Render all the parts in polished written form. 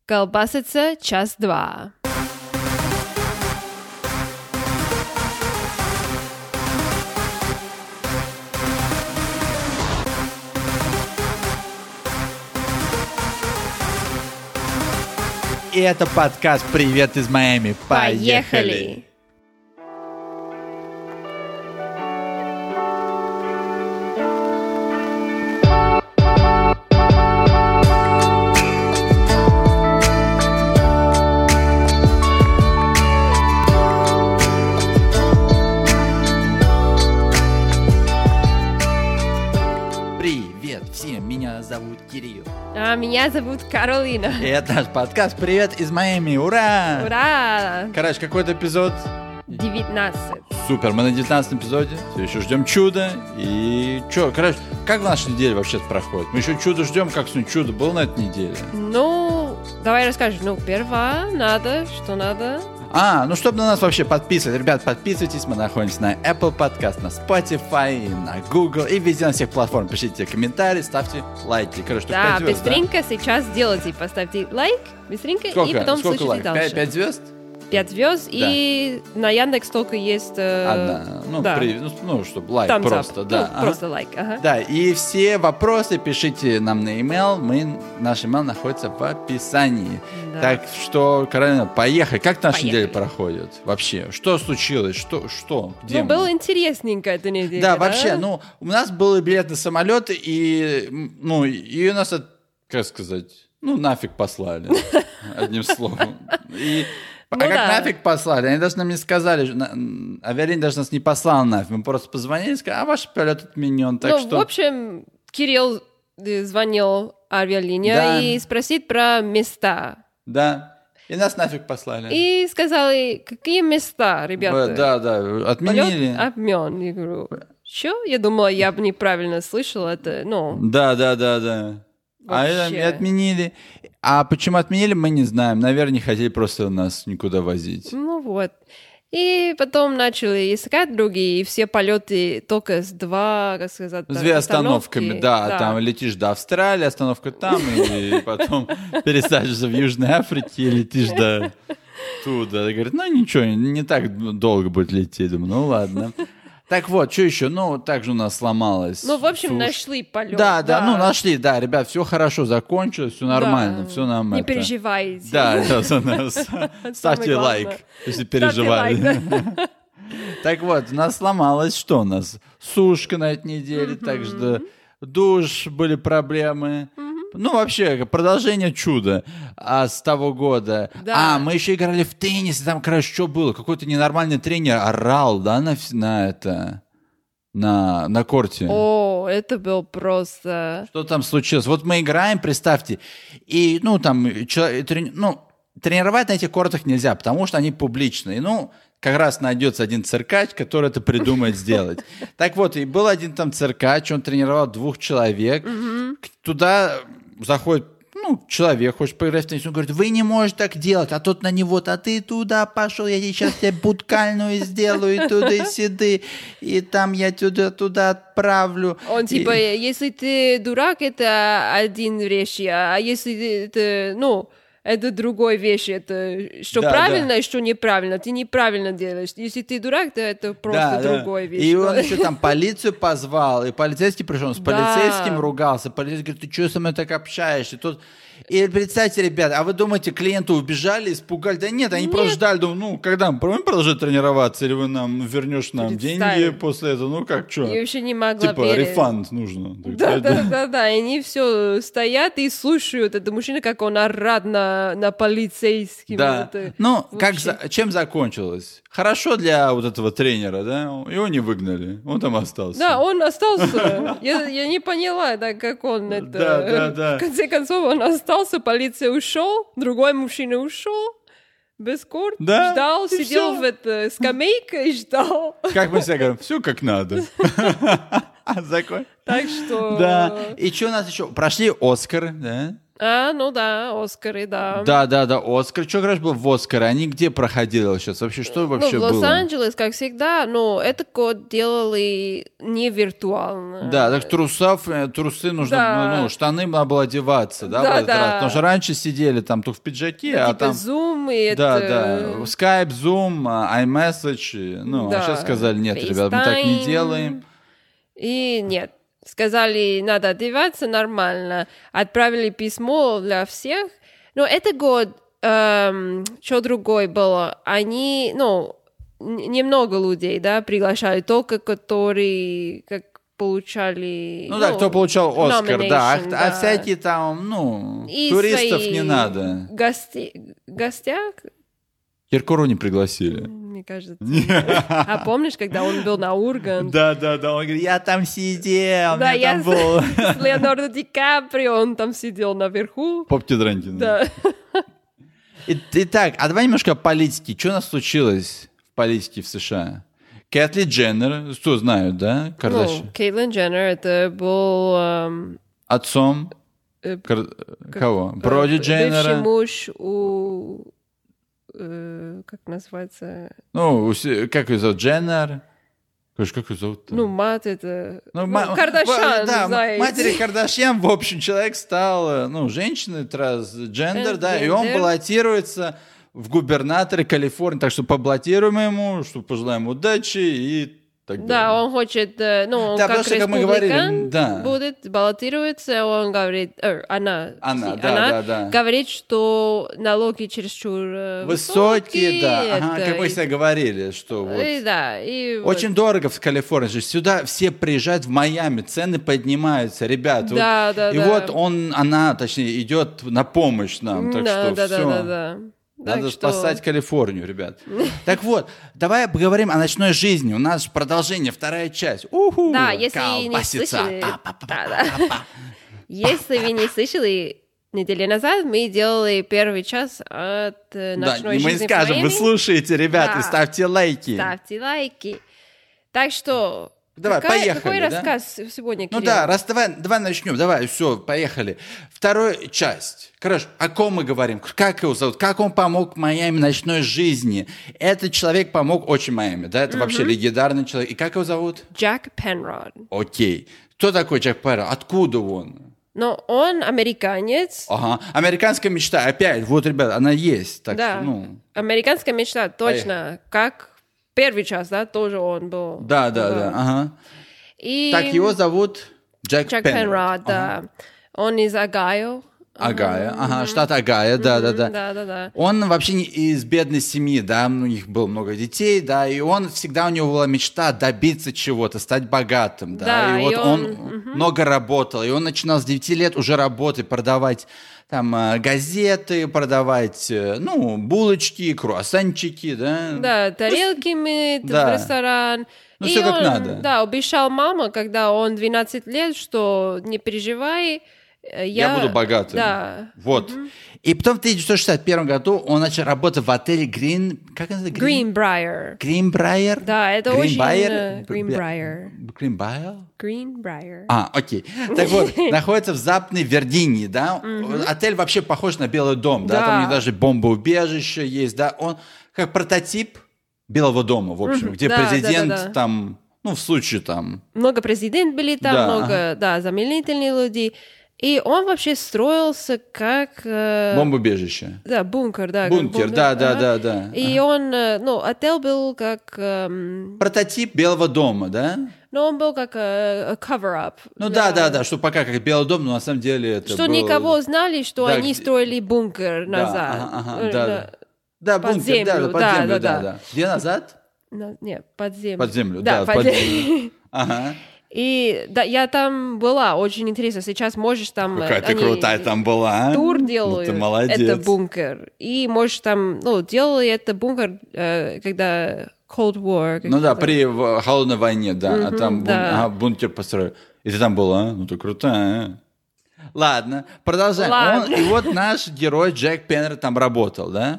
Колбасится час-два. И это подкаст «Привет из Майами». Поехали! Привет всем, меня зовут Кирилл. А меня зовут Каролина. И это наш подкаст «Привет из Майами». Ура! Ура! Короче, какой-то эпизод? 19. Супер, мы на 19 эпизоде, все еще ждем чуда. И что, короче, как наша неделя вообще проходит? Мы еще чудо ждем, как сегодня чудо было на этой неделе? Ну, давай расскажем. Ну, первое, что надо. Ну чтобы на нас вообще подписывать. Ребят, подписывайтесь, мы находимся на Apple Podcast, на Spotify, на Google и везде на всех платформах. Пишите комментарии, ставьте лайки. Короче, Да, 5 звезд, быстренько сейчас сделайте. Поставьте лайк, быстренько, и потом Сколько слушайте лайк? дальше. 5 звезд? 5 звезд, Да. и на Яндекс только есть... Одна. да. Чтобы лайк Thumbs up. просто. Да. Ну, просто лайк, ага. Да, и все вопросы пишите нам на e-mail. Наш email находится в описании. Да. Так что, Каролина, поехали. Как наша Поехали. неделя проходит? Вообще, что случилось? Что? Где Ну, мы? было интересненько эта неделя, Да, вообще, у нас был билет на самолет, и у нас, как сказать, нафиг послали, одним словом. А как да. нафиг послали? Они даже нам не сказали, авиалиния даже нас не послала нафиг. Мы просто позвонили и сказали, ваш полет отменен, так что... в общем, Кирилл звонил авиалиния Да. и спросит про места. Да, и нас нафиг послали. И сказали, какие места, ребята? Да, отменили. Полет отмен. Я говорю, что? Я думала, я бы неправильно слышала это, Да. А это Вообще. отменили. А почему отменили, мы не знаем. Наверное, не хотели просто нас никуда возить. Ну вот. И потом начали искать другие, и все полеты только с С две остановками, да. Там летишь до Австралии, остановка там, и потом пересадишься в Южной Африке и летишь до туда. Говорит, ничего, не так долго будет лететь. Думаю, ладно. Так вот, что еще? Также у нас сломалось. в общем, нашли полет. Да, нашли, да, ребят, все хорошо закончилось, все нормально, Да. все нам Не переживайте. Да, за нас. Ставьте главное. лайк, если переживали. Ставьте лайк, да. Так вот, у нас сломалось, что у нас? Сушка на этой неделе, так что душ, были проблемы. Вообще, продолжение чуда с того года. Да. Мы еще играли в теннис, и там, короче, что было? Какой-то ненормальный тренер орал, да, на корте. О, это был просто... Что там случилось? Вот мы играем, представьте, и, тренировать на этих кортах нельзя, потому что они публичные. Как раз найдется один циркач, который это придумает сделать. Так вот, и был один там циркач, он тренировал 2 человек. Туда заходит, человек, хочет поиграть в теннис, он говорит, вы не можете так делать, а тот на него, а ты туда пошел, я сейчас тебе буткальную сделаю, туда-сюда, и там я туда отправлю. Он если ты дурак, это один вещь, а если это, это другой вещь, это что Да, правильно да. и что неправильно. Ты неправильно делаешь. Если ты дурак, то это просто другой вещь. И он еще там полицию позвал, и полицейский пришел, с полицейским ругался. Полицейский говорит, ты что со мной так общаешься? И представьте, ребят, а вы думаете, клиенты убежали, испугали? Да нет, они просто ждали, думаю, когда мы будем продолжать тренироваться, или вы нам вернешь нам деньги после этого? Что? Я вообще не могла верить. Рефанд нужно. Да. И они все стоят и слушают. Это мужчина, как он орат на полицейским. Да. Это Чем закончилось? Хорошо для вот этого тренера, да? Его не выгнали, он там остался. Да, он остался. Я не поняла, как он это... Да. В конце концов, он остался, полиция ушел, другой мужчина ушел, без корт, Да, ждал, и сидел всё. в этой скамейке и ждал. Как мы всегда говорим, все как надо. Так что... Да. И что у нас еще? Прошли Оскар, да? Ну да, Оскары, да. Да, Оскар. Что, говоришь, был в Оскаре? Они где проходили сейчас? Вообще, что вообще в было? Лос-Анджелес, как всегда, но этот год делали не виртуально. Да, так трусы нужно, штаны надо было одеваться, да, в этот раз. Потому что раньше сидели там только в пиджаке, а там... Zoom и Да, Skype, Zoom, iMessage, а сейчас сказали, нет, ребят, мы так не делаем. И нет. Сказали, надо одеваться нормально. Отправили письмо для всех. Но этот год, что другое было, они, немного людей, да, приглашали, только которые получали... кто получал Оскар, да. А всякие там, и туристов не надо. Гостях? Киркору не пригласили. Мне кажется. А помнишь, когда он был на Ургант? Да, он говорит, я там сидел, да, я там был. С Леонардо Ди Каприо, он там сидел наверху. Поп-тедранки. Да. Итак, а давай немножко о политике. Что у нас случилось в политике в США? Кэтли Дженнер, что знают, да? Кардашьян. Кейтлин Дженнер, это был... Отцом? Кого? Броди Дженнера? Бывший муж у... как называется? Как ее зовут? Дженнер? Как ее зовут? Мать это... Кардашьян, да, знаете. Матери Кардашьян, в общем, человек стал, женщиной, трансгендер, да, и он баллотируется в губернаторы Калифорнии, так что побаллотируем ему, что пожелаем удачи и так далее. Да, он хочет, он как республикан будет баллотироваться, он говорит, она говорит, что налоги чересчур высокие, да, как мы всегда говорили, что очень дорого в Калифорнии, же сюда все приезжают в Майами, цены поднимаются, ребят, и вот она, точнее, идет на помощь нам, так что все. Надо спасать Калифорнию, ребят. Так вот, давай поговорим о ночной жизни. У нас продолжение, вторая часть. Да, если не слышали... Если вы не слышали, неделю назад мы делали первый час от ночной жизни. Мы скажем, вы слушаете, ребята, ставьте лайки. Ставьте лайки. Так что... Давай, поехали. Какой рассказ сегодня, Кирилл? Давай начнем. Давай, все, поехали. Вторая часть. Короче, о ком мы говорим? Как его зовут? Как он помог Майами ночной жизни? Этот человек помог очень Майами, да? Это вообще легендарный человек. И как его зовут? Джек Пенрод. Окей. Кто такой Джек Пенрод? Откуда он? Он американец. Ага. Американская мечта. Опять, вот, ребят, она есть. Так да. Что, Американская мечта, точно. Как... Первый час, да, тоже он был. Да, ага. Так, его зовут Джек Пенрод, да. Он из Огайо. Штат Огайо, да. Да. Он вообще не из бедной семьи, да, у них было много детей, да, и он всегда, у него была мечта добиться чего-то, стать богатым, да, и вот он много работал, и он начинал с 9 лет уже работать, продавать там газеты, продавать, булочки, круассанчики, да. Да, тарелки мыть в ресторан. Все как надо. Да, обещал мама, когда он 12 лет, что не переживай, я буду богатым. Да. Вот. И потом в 1961 году он начал работать в отеле Greenbrier. Greenbrier? Да, это Greenbrier? Greenbrier. Greenbrier. Окей. Так вот, находится в Западной Виргинии, да? Отель вообще похож на Белый дом, да? Там у них даже бомбоубежище есть, да? Он как прототип Белого дома, в общем, где президент там, в случае там... Много президентов были там, много, заместительных людей. И он вообще строился как... бомбоубежище. Да, бункер, да. Бункер, да. И он, отель был как... прототип Белого дома, да? Но он был как cover-up. Да, что пока как Белый дом, но на самом деле это что никого знали, что они строили бункер назад. Да, бункер, землю, под землю, да. Где назад? Нет, под землю. Под землю, да, под землю. Ага. И да, я там была, очень интересно. Сейчас можешь там... Какая ты крутая там была. Тур делают, ты молодец. Это бункер. И можешь там, делали это бункер, когда Cold War. При холодной войне, да. А там бункер построили. И ты там была, ты крутая. Ладно, продолжаем. И вот наш герой Джек Пенрод там работал, да?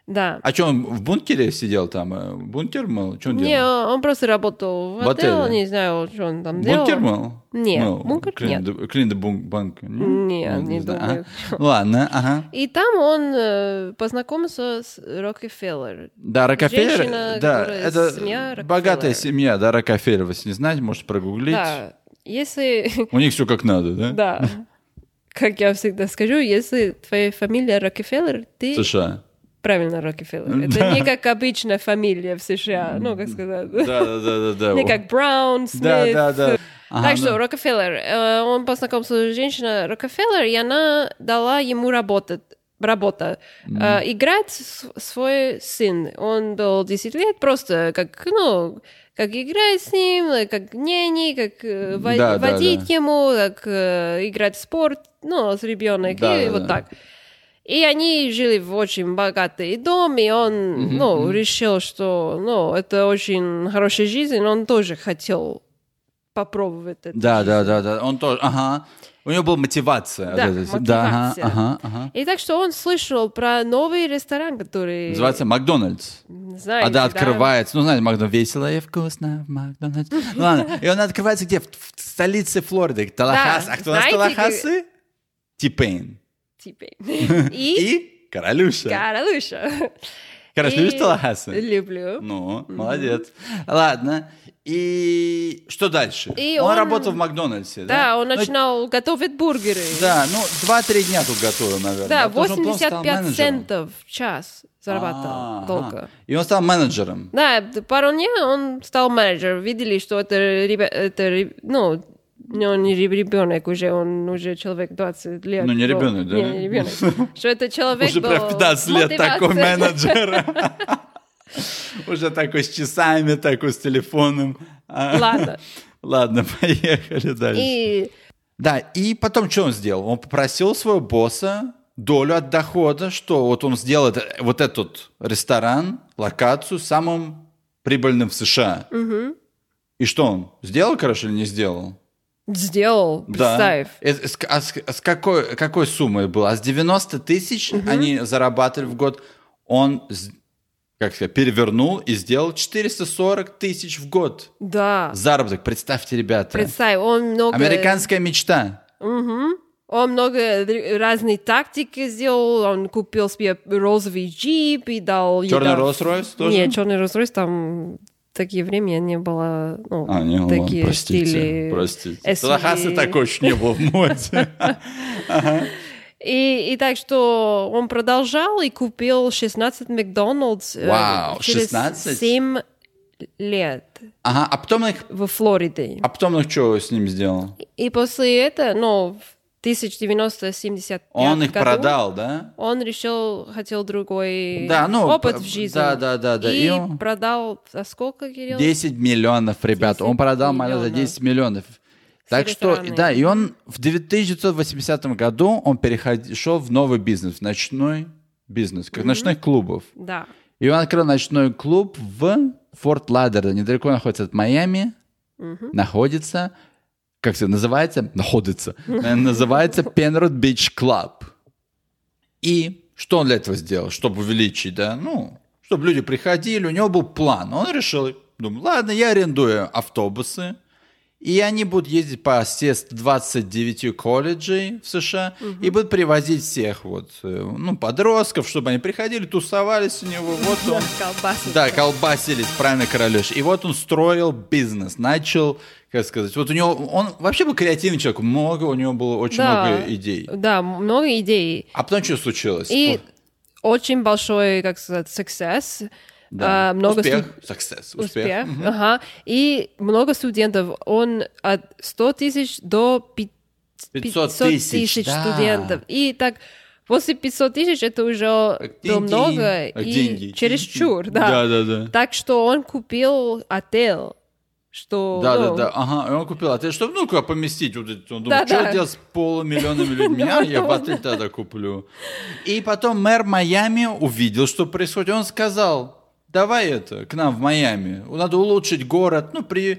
Да. А что, он в бункере сидел там? Бункер мыл? Что он делал? Не, он просто работал в отеле, не знаю, что он там делал. Бункер мыл? Нет, бункер нет. Клин банк? Нет, не думаю. Ладно, ага. И там он познакомился с Рокфеллер. Да, Рокфеллер, женщина, да, это семья богатая семья, да, Рокфеллер, вы не знаете, можете прогуглить. Да, если... У них все как надо, да? Да. Как я всегда скажу, если твоя фамилия Рокфеллер, ты... США. Правильно, Рокфеллер. Это не как обычная фамилия в США, ну, как сказать. Да. Не как Браун, Смит. Да. Так что Рокфеллер, он познакомился с женщиной Рокфеллер, и она дала ему работа. Играть свой сын. Он был 10 лет, просто как играть с ним, как няни, как водить ему, как играть в спорт, с ребенком, и вот так. И они жили в очень богатый дом, и он, решил, что, это очень хорошая жизнь, он тоже хотел попробовать это. Да. Он тоже, У него была мотивация. Да, мотивация. Ага. И так что он слышал про новый ресторан, который... Называется Макдональдс. Знаете, открывается. Знаете, Макдональдс весело и вкусно в Макдональдс. Ладно, и он открывается где? В столице Флориды. Талахас. А кто у нас Талахасы? Ти-Пейн. И Королюша. Короче, любишь Талахасы? Люблю. Молодец. Ладно. И что дальше? Он работал в Макдональдсе, да? Да, он начинал готовить бургеры. Да, 2-3 дня тут готовил, наверное. Да, 85 центов в час зарабатывал только. И он стал менеджером. Да, пару дней он стал менеджером. Видели, что он не ребенок уже, он уже человек 20 лет. Не ребенок, да? Не ребенок. Что это человек уже прям 15 лет такой менеджер. Уже такой с часами, такой с телефоном. Ладно, поехали дальше. И потом что он сделал? Он попросил своего босса долю от дохода, что вот он сделал вот этот ресторан, локацию самым прибыльным в США. И что он? Сделал, или не сделал? Сделал, представь. Да. С какой суммой было? А с 90 тысяч они зарабатывали в год. Он, перевернул и сделал 440 тысяч в год. Да. Заработок, представьте, ребята. Представь, он много... Американская мечта. Он много разных тактик сделал. Он купил себе розовый джип и дал... Черный Роллс-Ройс тоже? Нет, черный Роллс-Ройс там... такие времена не было, такие простите, стили. Простите. Талахасы такой уж не был в моде. И так что он продолжал и купил 16 Макдональдс через 7 лет. А потом их... В Флориде. А потом что с ним сделал? И после этого, в 1975 он их году продал, да? Он хотел другой опыт в жизни. Да. И продал за сколько, Кирилл? 10 миллионов, ребята. Он продал за 10 миллионов. Так что, да, и он в 1980 году он перешел в новый бизнес, в ночной бизнес, как ночных клубов. Да. И он открыл ночной клуб в Форт Лодердейл, недалеко находится от Майами, находится... Как это называется? Называется Penrod Beach Club. И что он для этого сделал? Чтобы увеличить, чтобы люди приходили, у него был план. Он решил, ладно, я арендую автобусы, и они будут ездить по все 29 колледжей в США и будут привозить всех подростков, чтобы они приходили, тусовались у него. Колбасились, правильно, Королёш. И вот он строил бизнес, начал... Как сказать, вот у него, он вообще был креативный человек, у него было очень много идей. Да, много идей. А потом что случилось? И очень большой, как сказать, success. Да. Много успех. И много студентов. Он от 100 тысяч до 500 тысяч студентов. И так... После 500 тысяч это уже было много и чересчур. Да. Так что он купил отель. Что, И он купил отель, чтобы, поместить. Он думал, что делать с полумиллионными людьми? Я в отель тогда куплю. И потом мэр Майами увидел, что происходит. Он сказал, давай к нам в Майами. Надо улучшить город.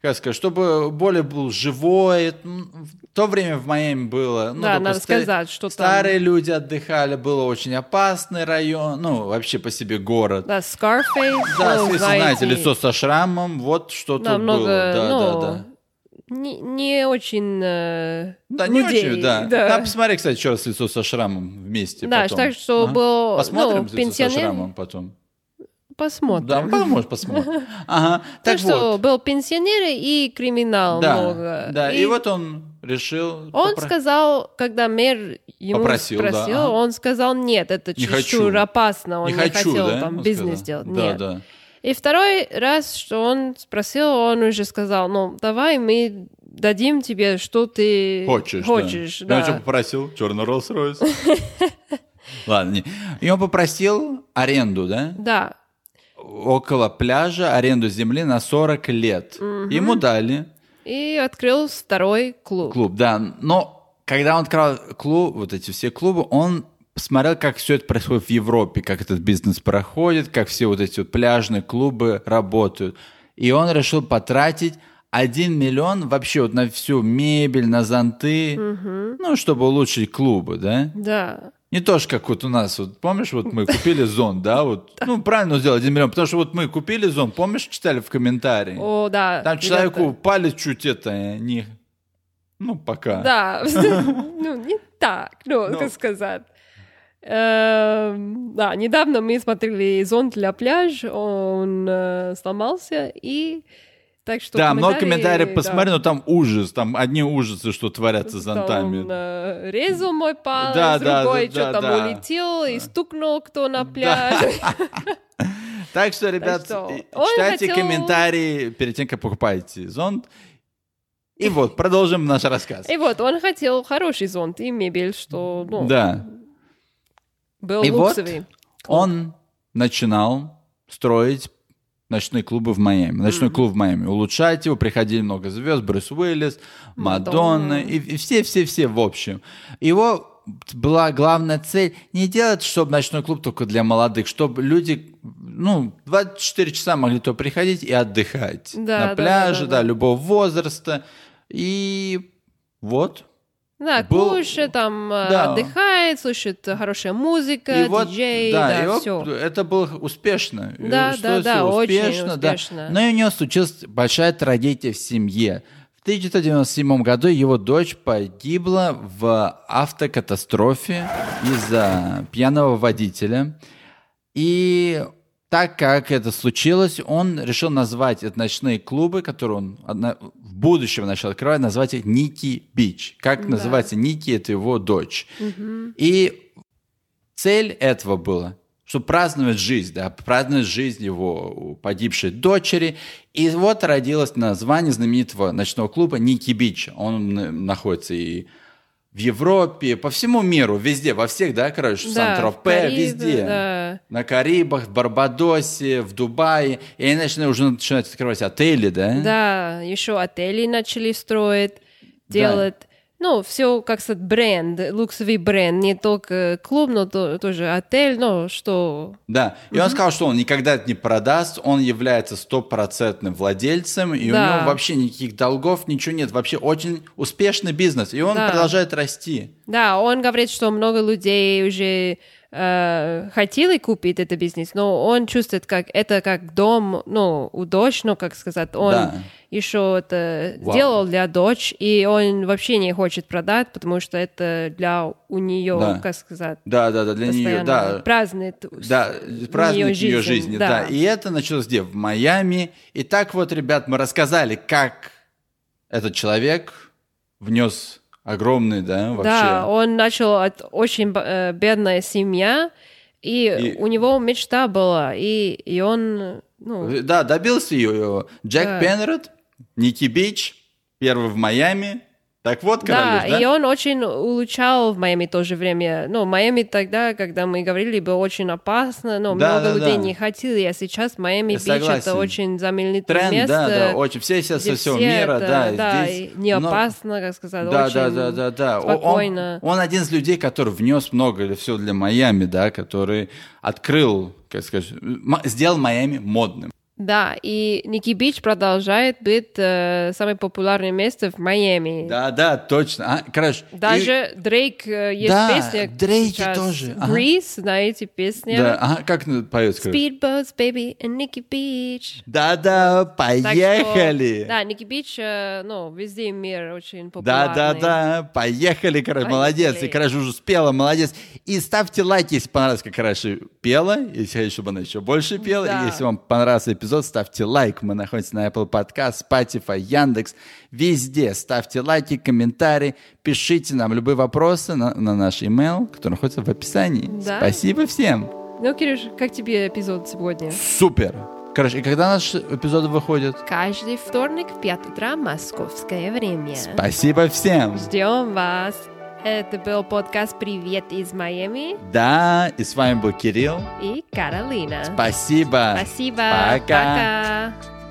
как сказать, чтобы более был живой. В то время в Майами было... Да, надо сказать, что старые там... люди отдыхали, было очень опасный район, вообще по себе город. Да, Scarface. Да, если знаете, лицо со шрамом, вот что тут было. Да. Не очень да, людей. Не очень, да. Надо посмотреть, кстати, еще раз лицо со шрамом вместе да, потом. так что был... Посмотрим лицо со шрамом потом. Посмотрим. Да, может, посмотрим. Ага. Так что был пенсионер и криминал много. Да, и вот он решил... Он сказал, когда мэр ему спросил, он сказал, нет, это чересчур опасно, он не хотел там бизнес делать. Нет. Да. И второй раз, что он спросил, он уже сказал, давай мы дадим тебе, что ты хочешь. Да. Я что попросил? Черный Роллс-Ройс. Ладно. И он попросил аренду, да? Да. Около пляжа, аренду земли на 40 лет. Ему дали. И открыл второй клуб. Да. Но когда он открыл клуб, вот эти все клубы, он посмотрел, как все это происходит в Европе, как этот бизнес проходит, как все вот эти вот пляжные клубы работают. И он решил потратить 1 миллион вообще вот на всю мебель, на зонты, чтобы улучшить клубы, да? Да. Не то же, как вот у нас, вот помнишь, вот мы купили зонт, да, вот, правильно сделал 1 миллион, потому что вот мы купили зонт, помнишь, читали в комментарии? О, да. Там человеку палец чуть пока. Да, не так, как сказать. Да, недавно мы смотрели зонт для пляжа, он сломался, и так что да, много комментариев посмотри, но там ужас, там одни ужасы, что творятся с зонтами. Он резал мой палец, другой что там улетел и стукнул кто на пляже. Так что, ребят, читайте комментарии перед тем, как покупаете зонт. И вот, продолжим наш рассказ. И вот, он хотел хороший зонт и мебель, что, да. Был и луксовый. Вот он начинал строить ночные клубы в Майами. Ночной клуб в Майами. Улучшать его. Приходили много звезд. Брюс Уиллис, Мадонна. И все, в общем. Его была главная цель не делать, чтобы ночной клуб только для молодых, чтобы люди 24 часа могли туда приходить и отдыхать. На пляже, любого возраста. И вот... Да, кушает, там отдыхает, слушает хорошая музыка, диджей, все. Это было успешно. Да, очень успешно. Но у него случилась большая трагедия в семье. В 1997 году его дочь погибла в автокатастрофе из-за пьяного водителя. И так как это случилось, он решил назвать эти ночные клубы, которые он в будущем начал открывать, назвать их Ники Бич. Как называется Ники, это его дочь. И цель этого была, чтобы праздновать жизнь, праздновать жизнь его погибшей дочери. И вот родилось название знаменитого ночного клуба Ники Бич. Он находится и в Европе, по всему миру, везде, во всех, Сан-Тропе, везде. Да. На Карибах, в Барбадосе, в Дубае. И они уже начинают открывать отели, да? Да, еще отели начали строить, делать. Все как сказать, бренд, луксовый бренд, не только клуб, но тоже отель, что... Да, и он сказал, что он никогда это не продаст, он является 100% владельцем, и у него вообще никаких долгов, ничего нет, вообще очень успешный бизнес, и он продолжает расти. Да, он говорит, что много людей уже хотели купить этот бизнес, но он чувствует, как это как дом, у дочь, как сказать, он еще это сделал для дочь, и он вообще не хочет продать, потому что это для у нее, как сказать, для нее, празднует ее жизни, да. И это началось где? В Майами. И так вот, ребят, мы рассказали, как этот человек внес огромный, вообще. Да, он начал от очень бедная семья, и у него мечта была, и он, Да, добился ее. Джек Пенрод, Ники Бич, первый в Майами. Так вот, королев, да? И он очень улучшал в Майами в то же время. Майами тогда, когда мы говорили, было очень опасно, много людей не хотели, а сейчас Майами-Бич это очень знаменитое место. Да, очень. Все со всего мира, здесь не опасно, как сказать, очень спокойно. Он один из людей, который внес много все для Майами, который открыл, как сказать, сделал Майами модным. Да, и Ники Бич продолжает быть самым популярным местом в Майами. Да, точно. Короче, даже Дрейк есть песня Дрейки сейчас. тоже. Grease, знаете, песня. Да, как поется? Speedboats, baby, and Nikki Beach. Да, поехали. Да, Ники Бич, везде мир очень популярный. Да, поехали, молодец. И, уже спела, молодец. И ставьте лайки, если понравилось, как пела, если хотите, чтобы она еще больше пела. И если вам понравился эпизод, ставьте лайк. Мы находимся на Apple Podcast, Spotify, Яндекс. Везде ставьте лайки, комментарии, пишите нам любые вопросы на наш email, который находится в описании. Да. Спасибо всем. Кирюш, как тебе эпизод сегодня? Супер. И когда наши эпизоды выходят? Каждый вторник в 5 утра московское время. Спасибо всем. Ждем вас. Это был подкаст «Привет из Майами». Да, и с вами был Кирилл и Каролина. Спасибо. Пока.